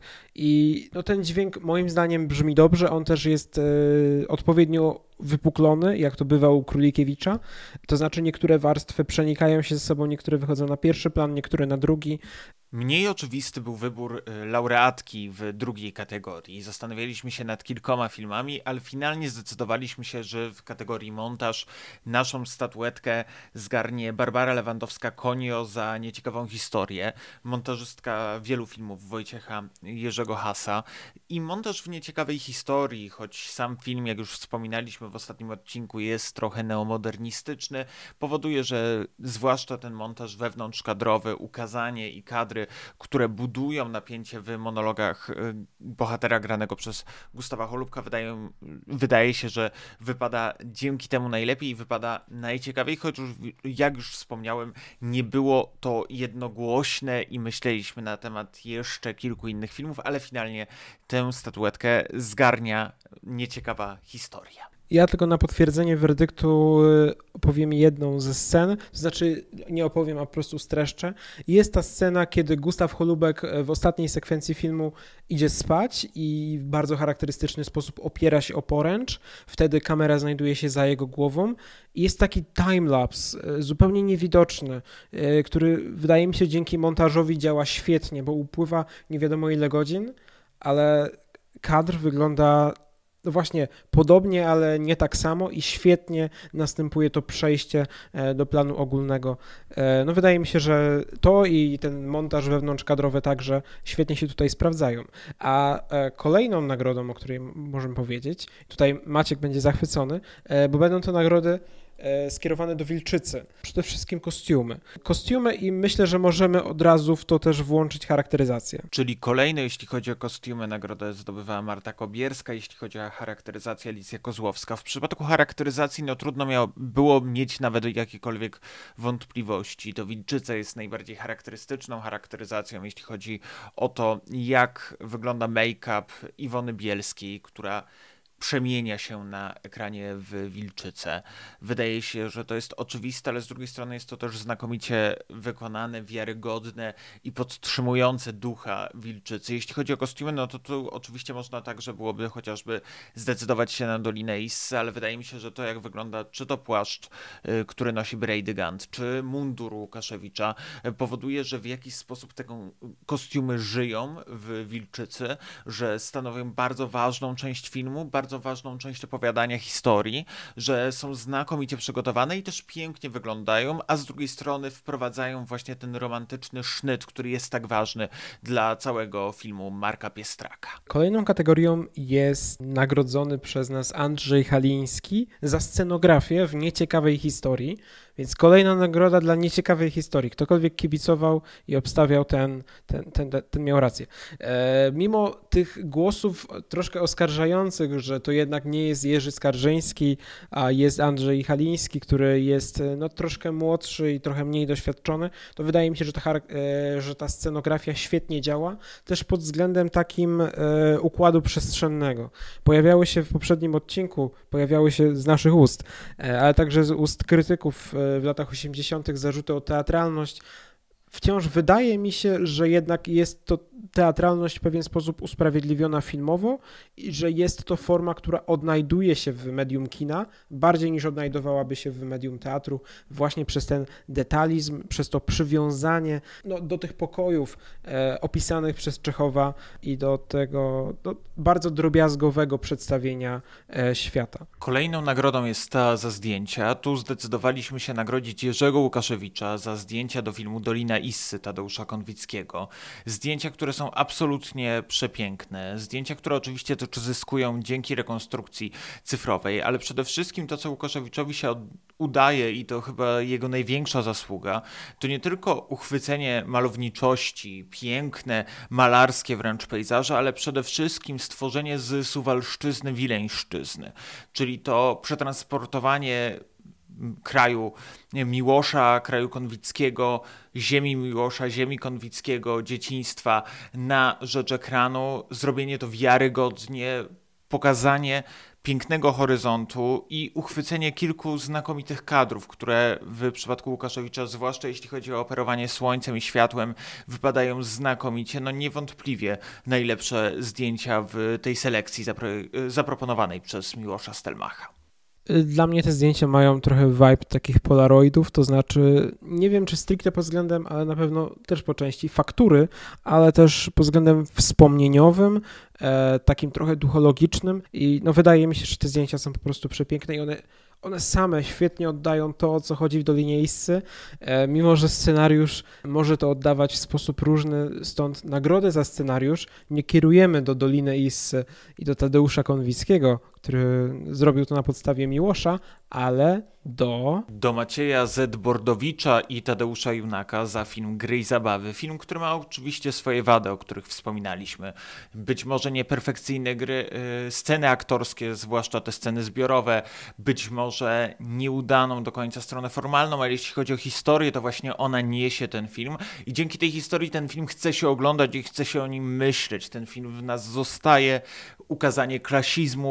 i no ten dźwięk moim zdaniem brzmi dobrze, on też jest odpowiednio wypuklony, jak to bywa u Królikiewicza, to znaczy niektóre warstwy przenikają się ze sobą, niektóre wychodzą na pierwszy plan, niektóre na drugi. Mniej oczywisty był wybór laureatki w drugiej kategorii. Zastanawialiśmy się nad kilkoma filmami, ale finalnie zdecydowaliśmy się, że w kategorii montaż naszą statuetkę zgarnie Barbara Lewandowska-Konio za nieciekawą historię, montażystka wielu filmów Wojciecha Jerzego Hasa. I montaż w nieciekawej historii, choć sam film, jak już wspominaliśmy w ostatnim odcinku, jest trochę neomodernistyczny, powoduje, że zwłaszcza ten montaż wewnątrzkadrowy, ukazanie i kadry, które budują napięcie w monologach bohatera granego przez Gustawa Holubka, wydają, wydaje się, że wypada dzięki temu najlepiej i wypada najciekawiej, choć już, jak już wspomniałem, nie było to jednogłośne i myśleliśmy na temat jeszcze kilku innych filmów, ale finalnie tę statuetkę zgarnia nieciekawa historia. Ja tylko na potwierdzenie werdyktu opowiem jedną ze scen, to znaczy nie opowiem, a po prostu streszczę. Jest ta scena, kiedy Gustaw Holubek w ostatniej sekwencji filmu idzie spać i w bardzo charakterystyczny sposób opiera się o poręcz. Wtedy kamera znajduje się za jego głową i jest taki timelapse, zupełnie niewidoczny, który wydaje mi się dzięki montażowi działa świetnie, bo upływa nie wiadomo ile godzin, ale kadr wygląda no właśnie podobnie, ale nie tak samo i świetnie następuje to przejście do planu ogólnego. No wydaje mi się, że to i ten montaż wewnątrzkadrowy także świetnie się tutaj sprawdzają. A kolejną nagrodą, o której możemy powiedzieć, tutaj Maciek będzie zachwycony, bo będą to nagrody skierowane do Wilczycy. Przede wszystkim kostiumy. Kostiumy i myślę, że możemy od razu w to też włączyć charakteryzację. Czyli kolejne, jeśli chodzi o kostiumy, nagrodę zdobywała Marta Kobierska, jeśli chodzi o charakteryzację Alicja Kozłowska. W przypadku charakteryzacji no trudno miało, było mieć nawet jakiekolwiek wątpliwości. To Wilczyca jest najbardziej charakterystyczną charakteryzacją, jeśli chodzi o to, jak wygląda make-up Iwony Bielskiej, która przemienia się na ekranie w Wilczycę. Wydaje się, że to jest oczywiste, ale z drugiej strony jest to też znakomicie wykonane, wiarygodne i podtrzymujące ducha Wilczycy. Jeśli chodzi o kostiumy, no to tu oczywiście można także byłoby chociażby zdecydować się na Dolinę Issy, ale wydaje mi się, że to jak wygląda, czy to płaszcz, y, który nosi Breidygant, czy mundur Łukaszewicza, y, powoduje, że w jakiś sposób te kostiumy żyją w Wilczycy, że stanowią bardzo ważną część filmu, bardzo bardzo ważną część opowiadania historii, że są znakomicie przygotowane i też pięknie wyglądają, a z drugiej strony wprowadzają właśnie ten romantyczny sznyt, który jest tak ważny dla całego filmu Marka Piestraka. Kolejną kategorią jest nagrodzony przez nas Andrzej Haliński za scenografię w nieciekawej historii, więc kolejna nagroda dla nieciekawej historii. Ktokolwiek kibicował i obstawiał, ten, ten, ten, ten miał rację. E, mimo tych głosów troszkę oskarżających, że to jednak nie jest Jerzy Skarżyński, a jest Andrzej Haliński, który jest no, troszkę młodszy i trochę mniej doświadczony, to wydaje mi się, że ta, e, że ta scenografia świetnie działa, też pod względem takim e, układu przestrzennego. Pojawiały się w poprzednim odcinku, pojawiały się z naszych ust, e, ale także z ust krytyków e, w latach osiemdziesiątych zarzuty o teatralność. Wciąż wydaje mi się, że jednak jest to teatralność w pewien sposób usprawiedliwiona filmowo i że jest to forma, która odnajduje się w medium kina bardziej niż odnajdowałaby się w medium teatru właśnie przez ten detalizm, przez to przywiązanie no, do tych pokojów e, opisanych przez Czechowa i do tego do bardzo drobiazgowego przedstawienia e, świata. Kolejną nagrodą jest ta za zdjęcia. Tu zdecydowaliśmy się nagrodzić Jerzego Łukaszewicza za zdjęcia do filmu Dolina Issy Tadeusza Konwickiego. Zdjęcia, które są absolutnie przepiękne. Zdjęcia, które oczywiście też zyskują dzięki rekonstrukcji cyfrowej, ale przede wszystkim to, co Łukaszewiczowi się od- udaje i to chyba jego największa zasługa, to nie tylko uchwycenie malowniczości, piękne, malarskie wręcz pejzaże, ale przede wszystkim stworzenie z Suwalszczyzny Wileńszczyzny, czyli to przetransportowanie kraju Miłosza, kraju Konwickiego, ziemi Miłosza, ziemi Konwickiego, dzieciństwa na rzecz ekranu, zrobienie to wiarygodnie, pokazanie pięknego horyzontu i uchwycenie kilku znakomitych kadrów, które w przypadku Łukaszewicza, zwłaszcza jeśli chodzi o operowanie słońcem i światłem, wypadają znakomicie. No niewątpliwie najlepsze zdjęcia w tej selekcji zapro- zaproponowanej przez Miłosza Stelmacha. Dla mnie te zdjęcia mają trochę vibe takich polaroidów, to znaczy nie wiem czy stricte pod względem, ale na pewno też po części faktury, ale też pod względem wspomnieniowym, e, takim trochę duchologicznym i no wydaje mi się, że te zdjęcia są po prostu przepiękne i one One same świetnie oddają to, o co chodzi w Dolinie Issy, e, mimo że scenariusz może to oddawać w sposób różny, stąd nagrodę za scenariusz nie kierujemy do Doliny Issy i do Tadeusza Konwickiego, który zrobił to na podstawie Miłosza, ale do... Do Macieja Z. Bordowicza i Tadeusza Junaka za film Gry i Zabawy. Film, który ma oczywiście swoje wady, o których wspominaliśmy. Być może nieperfekcyjne gry, yy, sceny aktorskie, zwłaszcza te sceny zbiorowe, być może nieudaną do końca stronę formalną, ale jeśli chodzi o historię, to właśnie ona niesie ten film i dzięki tej historii ten film chce się oglądać i chce się o nim myśleć. Ten film w nas zostaje, ukazanie klasizmu w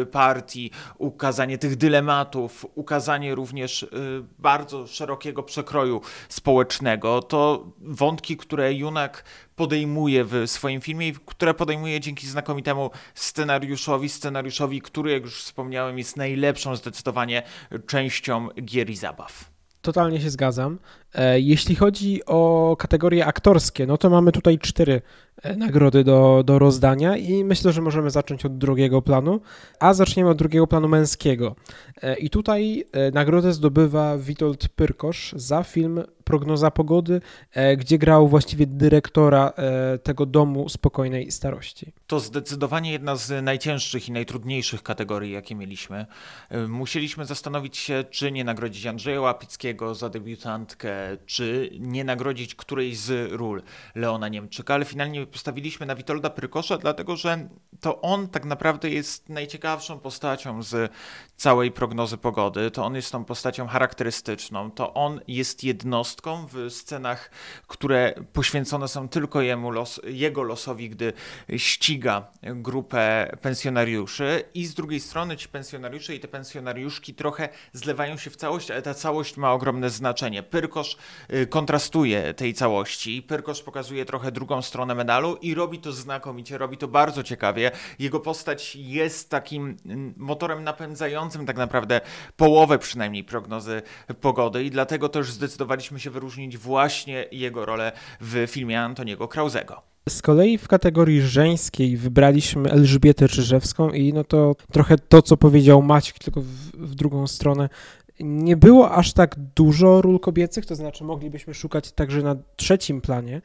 partii, ukazanie tych dylematów, ukazanie również bardzo szerokiego przekroju społecznego. To wątki, które Junak podejmuje w swoim filmie i które podejmuje dzięki znakomitemu scenariuszowi, scenariuszowi, który, jak już wspomniałem, jest najlepszą zdecydowanie częścią gier i zabaw. Totalnie się zgadzam. Jeśli chodzi o kategorie aktorskie, no to mamy tutaj cztery nagrody do, do rozdania i myślę, że możemy zacząć od drugiego planu, a zaczniemy od drugiego planu męskiego. I tutaj nagrodę zdobywa Witold Pyrkosz za film Prognoza pogody, gdzie grał właściwie dyrektora tego domu spokojnej starości. To zdecydowanie jedna z najcięższych i najtrudniejszych kategorii, jakie mieliśmy. Musieliśmy zastanowić się, czy nie nagrodzić Andrzeja Łapickiego za debiutantkę, czy nie nagrodzić którejś z ról Leona Niemczyka, ale finalnie postawiliśmy na Witolda Pyrkosza, dlatego że to on tak naprawdę jest najciekawszą postacią z całej Prognozy pogody. To on jest tą postacią charakterystyczną, to on jest jednostką w scenach, które poświęcone są tylko jemu los, jego losowi, gdy ściga grupę pensjonariuszy i z drugiej strony ci pensjonariusze i te pensjonariuszki trochę zlewają się w całość, ale ta całość ma ogromne znaczenie. Pyrkosz kontrastuje tej całości, Pyrkosz pokazuje trochę drugą stronę medalu i robi to znakomicie, robi to bardzo ciekawie. Jego postać jest takim motorem napędzającym tak naprawdę połowę przynajmniej Prognozy pogody i dlatego też zdecydowaliśmy się wyróżnić właśnie jego rolę w filmie Antoniego Krauzego. Z kolei w kategorii żeńskiej wybraliśmy Elżbietę Czyżewską i no to trochę to, co powiedział Maciek, tylko w, w drugą stronę. Nie było aż tak dużo ról kobiecych, to znaczy moglibyśmy szukać także na trzecim planie,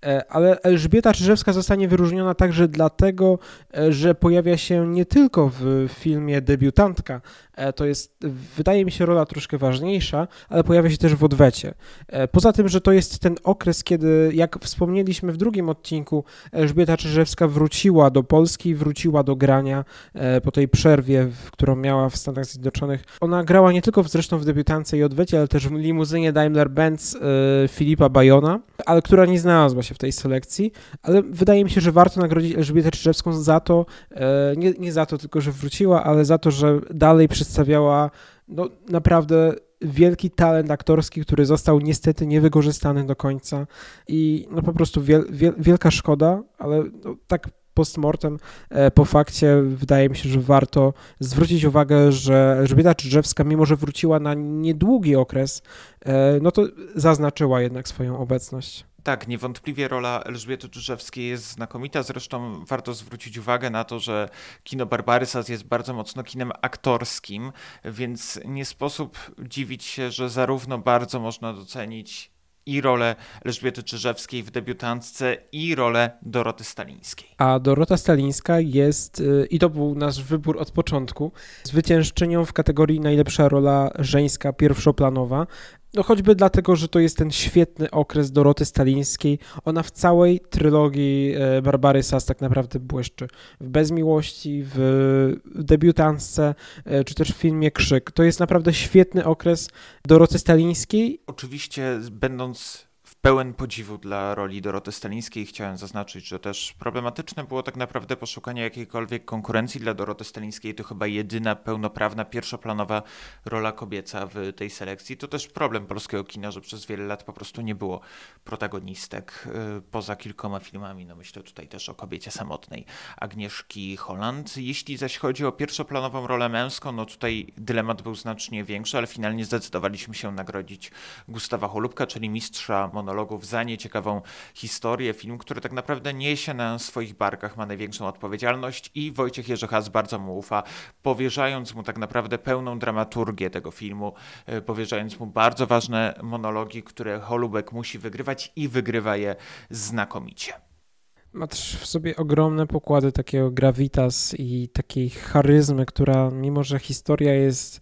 ale Elżbieta Czyżewska zostanie wyróżniona także dlatego, że pojawia się nie tylko w filmie Debiutantka, to jest, wydaje mi się, rola troszkę ważniejsza, ale pojawia się też w Odwecie. Poza tym, że to jest ten okres, kiedy, jak wspomnieliśmy w drugim odcinku, Elżbieta Czyżewska wróciła do Polski, wróciła do grania po tej przerwie, którą miała w Stanach Zjednoczonych. Ona grała nie tylko zresztą w Debiutance i Odwecie, ale też w limuzynie Daimler-Benz Filipa Bajona, ale która nie znalazła się w tej selekcji, ale wydaje mi się, że warto nagrodzić Elżbietę Czyżewską za to, nie, nie za to tylko, że wróciła, ale za to, że dalej przedstawiała no, naprawdę wielki talent aktorski, który został niestety niewykorzystany do końca i no po prostu wiel, wiel, wielka szkoda, ale no, tak postmortem, po fakcie wydaje mi się, że warto zwrócić uwagę, że Elżbieta Czyżewska, mimo że wróciła na niedługi okres, no to zaznaczyła jednak swoją obecność. Tak, niewątpliwie rola Elżbiety Czyżewskiej jest znakomita, zresztą warto zwrócić uwagę na to, że kino Barbarysas jest bardzo mocno kinem aktorskim, więc nie sposób dziwić się, że zarówno bardzo można docenić i rolę Elżbiety Czyżewskiej w Debiutantce i rolę Doroty Stalińskiej. A Dorota Stalińska jest, i to był nasz wybór od początku, zwyciężczynią w kategorii najlepsza rola żeńska pierwszoplanowa. No choćby dlatego, że to jest ten świetny okres Doroty Stalińskiej. Ona w całej trylogii Barbarysas tak naprawdę błyszczy. W Bez miłości, w Debiutantce, czy też w filmie Krzyk. To jest naprawdę świetny okres Doroty Stalińskiej. Oczywiście będąc pełen podziwu dla roli Doroty Stalińskiej. Chciałem zaznaczyć, że też problematyczne było tak naprawdę poszukanie jakiejkolwiek konkurencji dla Doroty Stalińskiej. To chyba jedyna pełnoprawna, pierwszoplanowa rola kobieca w tej selekcji. To też problem polskiego kina, że przez wiele lat po prostu nie było protagonistek poza kilkoma filmami. No myślę tutaj też o Kobiecie samotnej Agnieszki Holland. Jeśli zaś chodzi o pierwszoplanową rolę męską, no tutaj dylemat był znacznie większy, ale finalnie zdecydowaliśmy się nagrodzić Gustawa Holubka, czyli mistrza monologów za nieciekawą historię. Film, który tak naprawdę niesie na swoich barkach, ma największą odpowiedzialność i Wojciech Jerzy Has bardzo mu ufa, powierzając mu tak naprawdę pełną dramaturgię tego filmu, powierzając mu bardzo ważne monologi, które Holubek musi wygrywać i wygrywa je znakomicie. Ma też w sobie ogromne pokłady takiego gravitas i takiej charyzmy, która mimo, że historia jest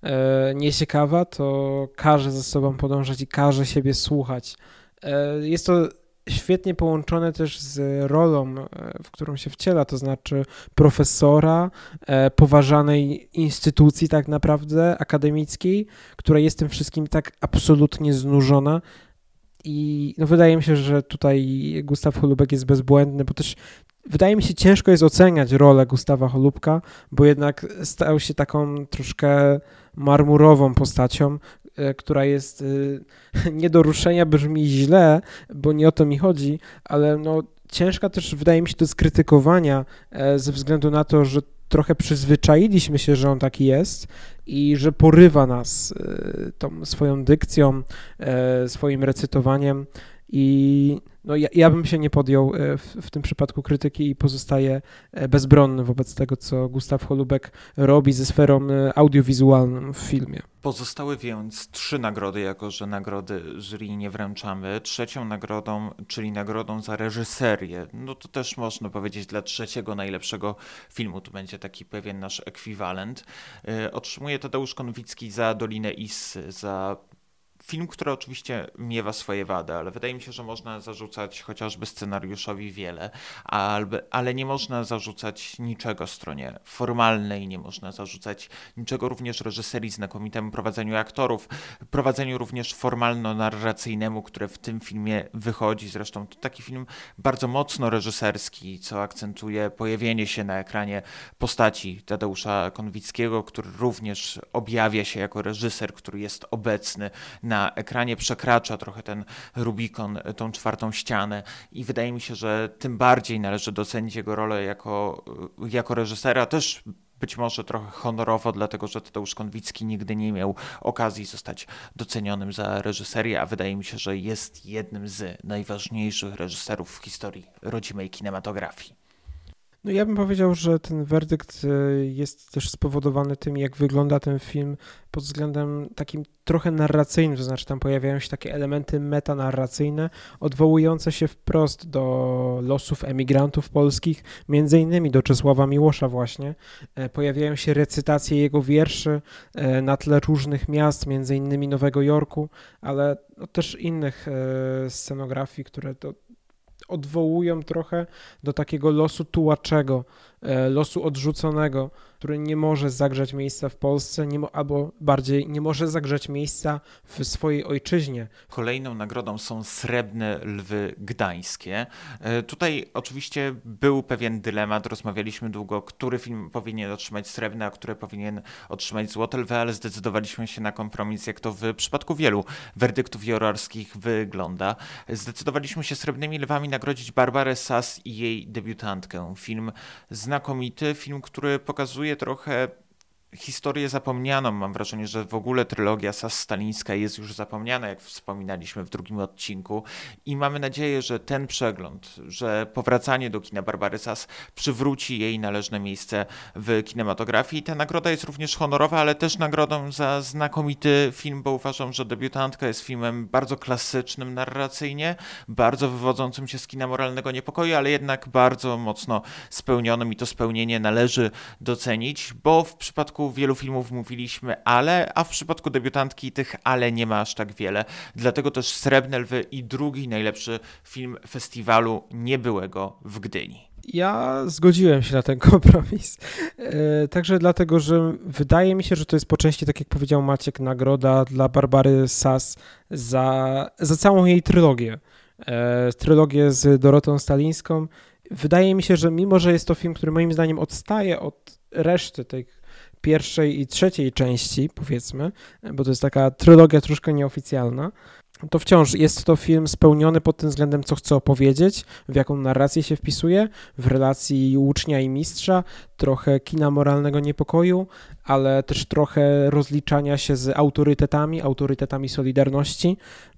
e, nieciekawa, to każe ze sobą podążać i każe siebie słuchać. E, jest to świetnie połączone też z rolą, w którą się wciela, to znaczy profesora, e, poważanej instytucji tak naprawdę akademickiej, która jest tym wszystkim tak absolutnie znużona. I no wydaje mi się, że tutaj Gustaw Holubek jest bezbłędny, bo też wydaje mi się, ciężko jest oceniać rolę Gustawa Holubka, bo jednak stał się taką troszkę marmurową postacią, która jest nie do ruszenia, brzmi źle, bo nie o to mi chodzi, ale no ciężka też wydaje mi się do skrytykowania ze względu na to, że trochę przyzwyczailiśmy się, że on taki jest i że porywa nas tą swoją dykcją, swoim recytowaniem i no ja, ja bym się nie podjął w, w tym przypadku krytyki i pozostaję bezbronny wobec tego, co Gustaw Holubek robi ze sferą audiowizualną w filmie. Pozostały więc trzy nagrody, jako że nagrody jury nie wręczamy. Trzecią nagrodą, czyli nagrodą za reżyserię, no to też można powiedzieć dla trzeciego najlepszego filmu, to będzie taki pewien nasz ekwiwalent. Otrzymuje Tadeusz Konwicki za Dolinę Issy, za film, który oczywiście miewa swoje wady, ale wydaje mi się, że można zarzucać chociażby scenariuszowi wiele, ale nie można zarzucać niczego stronie formalnej, nie można zarzucać niczego również reżyserii, znakomitemu prowadzeniu aktorów, prowadzeniu również formalno-narracyjnemu, które w tym filmie wychodzi. Zresztą to taki film bardzo mocno reżyserski, co akcentuje pojawienie się na ekranie postaci Tadeusza Konwickiego, który również objawia się jako reżyser, który jest obecny na ekranie, przekracza trochę ten Rubikon, tą czwartą ścianę i wydaje mi się, że tym bardziej należy docenić jego rolę jako, jako reżysera, też być może trochę honorowo, dlatego że Tadeusz Konwicki nigdy nie miał okazji zostać docenionym za reżyserię, a wydaje mi się, że jest jednym z najważniejszych reżyserów w historii rodzimej kinematografii. No ja bym powiedział, że ten werdykt jest też spowodowany tym, jak wygląda ten film pod względem takim trochę narracyjnym, to znaczy tam pojawiają się takie elementy metanarracyjne, odwołujące się wprost do losów emigrantów polskich, między innymi do Czesława Miłosza właśnie. Pojawiają się recytacje jego wierszy na tle różnych miast, między innymi Nowego Jorku, ale no też innych scenografii, które to odwołują trochę do takiego losu tułaczego, losu odrzuconego, który nie może zagrzać miejsca w Polsce, nie mo- albo bardziej nie może zagrzać miejsca w swojej ojczyźnie. Kolejną nagrodą są Srebrne Lwy Gdańskie. Tutaj oczywiście był pewien dylemat, rozmawialiśmy długo, który film powinien otrzymać srebrne, a który powinien otrzymać złote lwy, ale zdecydowaliśmy się na kompromis, jak to w przypadku wielu werdyktów jurorskich wygląda. Zdecydowaliśmy się Srebrnymi Lwami nagrodzić Barbarę Sass i jej debiutantkę. Film znakomity, film, który pokazuje trochę historię zapomnianą. Mam wrażenie, że w ogóle trylogia Sass-Stalińska jest już zapomniana, jak wspominaliśmy w drugim odcinku i mamy nadzieję, że ten przegląd, że powracanie do kina Barbary Sass przywróci jej należne miejsce w kinematografii. Ta nagroda jest również honorowa, ale też nagrodą za znakomity film, bo uważam, że debiutantka jest filmem bardzo klasycznym narracyjnie, bardzo wywodzącym się z kina moralnego niepokoju, ale jednak bardzo mocno spełnionym i to spełnienie należy docenić, bo w przypadku wielu filmów mówiliśmy ale, a w przypadku debiutantki tych ale nie ma aż tak wiele. Dlatego też Srebrne Lwy i drugi najlepszy film festiwalu niebyłego w Gdyni. Ja zgodziłem się na ten kompromis. E, także dlatego, że wydaje mi się, że to jest po części, tak jak powiedział Maciek, nagroda dla Barbary Sass za, za całą jej trylogię. E, trylogię z Dorotą Stalińską. Wydaje mi się, że mimo, że jest to film, który moim zdaniem odstaje od reszty tej pierwszej i trzeciej części, powiedzmy, bo to jest taka trylogia troszkę nieoficjalna, to wciąż jest to film spełniony pod tym względem, co chce opowiedzieć, w jaką narrację się wpisuje, w relacji ucznia i mistrza, trochę kina moralnego niepokoju, ale też trochę rozliczania się z autorytetami, autorytetami Solidarności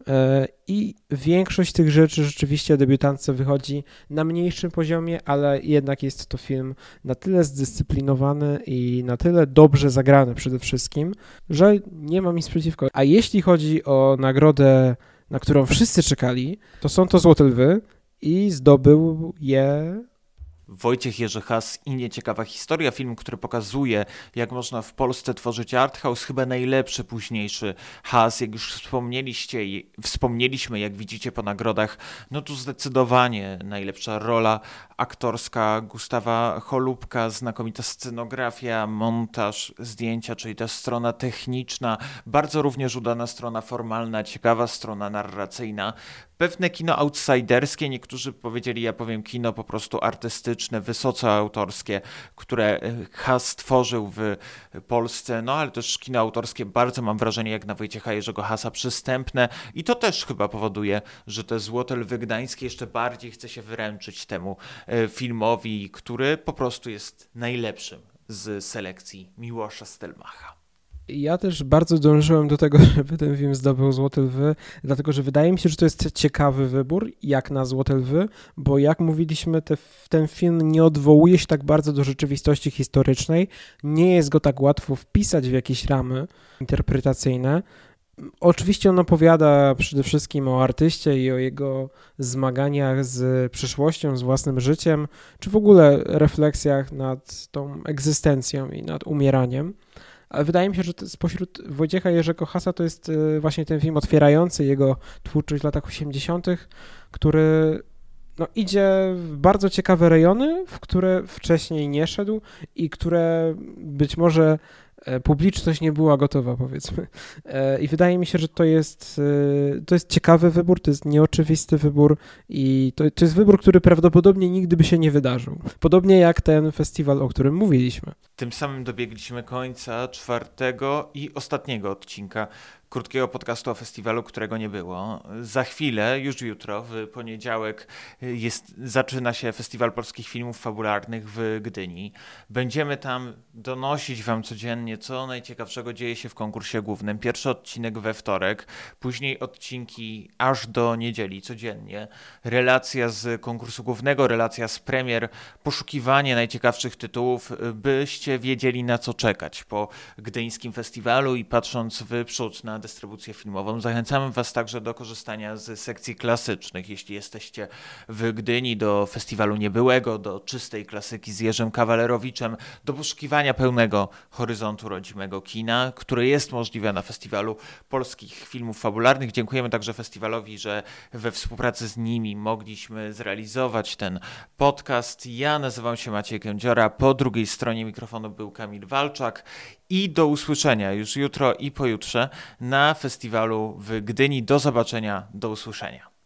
i większość tych rzeczy rzeczywiście debiutantce wychodzi na mniejszym poziomie, ale jednak jest to film na tyle zdyscyplinowany i na tyle dobrze zagrany przede wszystkim, że nie mam nic przeciwko. A jeśli chodzi o nagrodę, na którą wszyscy czekali, to są to Złote Lwy i zdobył je Wojciech Jerzy Haas i Nieciekawa historia, film, który pokazuje, jak można w Polsce tworzyć arthouse, chyba najlepszy późniejszy Haas, jak już wspomnieliście i wspomnieliśmy, jak widzicie po nagrodach, no tu zdecydowanie najlepsza rola aktorska Gustawa Holubka, znakomita scenografia, montaż, zdjęcia, czyli ta strona techniczna, bardzo również udana strona formalna, ciekawa strona narracyjna. pewne kino outsiderskie, niektórzy powiedzieli, ja powiem kino po prostu artystyczne, wysoce autorskie, które H A S stworzył w Polsce, no ale też kino autorskie bardzo mam wrażenie jak na Wojciecha Jerzego Hasa przystępne i to też chyba powoduje, że te Złote Lwy Gdańskie jeszcze bardziej chce się wyręczyć temu filmowi, który po prostu jest najlepszym z selekcji Miłosza Stelmacha. Ja też bardzo dążyłem do tego, żeby ten film zdobył Złote Lwy, dlatego że wydaje mi się, że to jest ciekawy wybór, jak na Złote Lwy, bo jak mówiliśmy, te, ten film nie odwołuje się tak bardzo do rzeczywistości historycznej, nie jest go tak łatwo wpisać w jakieś ramy interpretacyjne. Oczywiście on opowiada przede wszystkim o artyście i o jego zmaganiach z przyszłością, z własnym życiem, czy w ogóle refleksjach nad tą egzystencją i nad umieraniem. Ale wydaje mi się, że spośród Wojciecha Jerzego Hasa to jest właśnie ten film otwierający jego twórczość w latach osiemdziesiątych, który no, idzie w bardzo ciekawe rejony, w które wcześniej nie szedł i które być może publiczność nie była gotowa, powiedzmy. I wydaje mi się, że to jest, to jest ciekawy wybór, to jest nieoczywisty wybór i to, to jest wybór, który prawdopodobnie nigdy by się nie wydarzył. Podobnie jak ten festiwal, o którym mówiliśmy. Tym samym dobiegliśmy końca czwartego i ostatniego odcinka krótkiego podcastu o festiwalu, którego nie było. Za chwilę, już jutro, w poniedziałek jest, zaczyna się Festiwal Polskich Filmów Fabularnych w Gdyni. Będziemy tam donosić wam codziennie, co najciekawszego dzieje się w konkursie głównym. Pierwszy odcinek we wtorek, później odcinki aż do niedzieli codziennie. Relacja z konkursu głównego, relacja z premier, poszukiwanie najciekawszych tytułów, byście wiedzieli, na co czekać po gdyńskim festiwalu i patrząc w przód na dystrybucję filmową. Zachęcamy was także do korzystania z sekcji klasycznych, jeśli jesteście w Gdyni, do Festiwalu Niebyłego, do czystej klasyki z Jerzym Kawalerowiczem, do poszukiwania pełnego horyzontu rodzimego kina, które jest możliwe na Festiwalu Polskich Filmów Fabularnych. Dziękujemy także festiwalowi, że we współpracy z nimi mogliśmy zrealizować ten podcast. Ja nazywam się Maciej Kędziora, po drugiej stronie mikrofonu był Kamil Walczak i do usłyszenia już jutro i pojutrze na festiwalu w Gdyni. Do zobaczenia, do usłyszenia.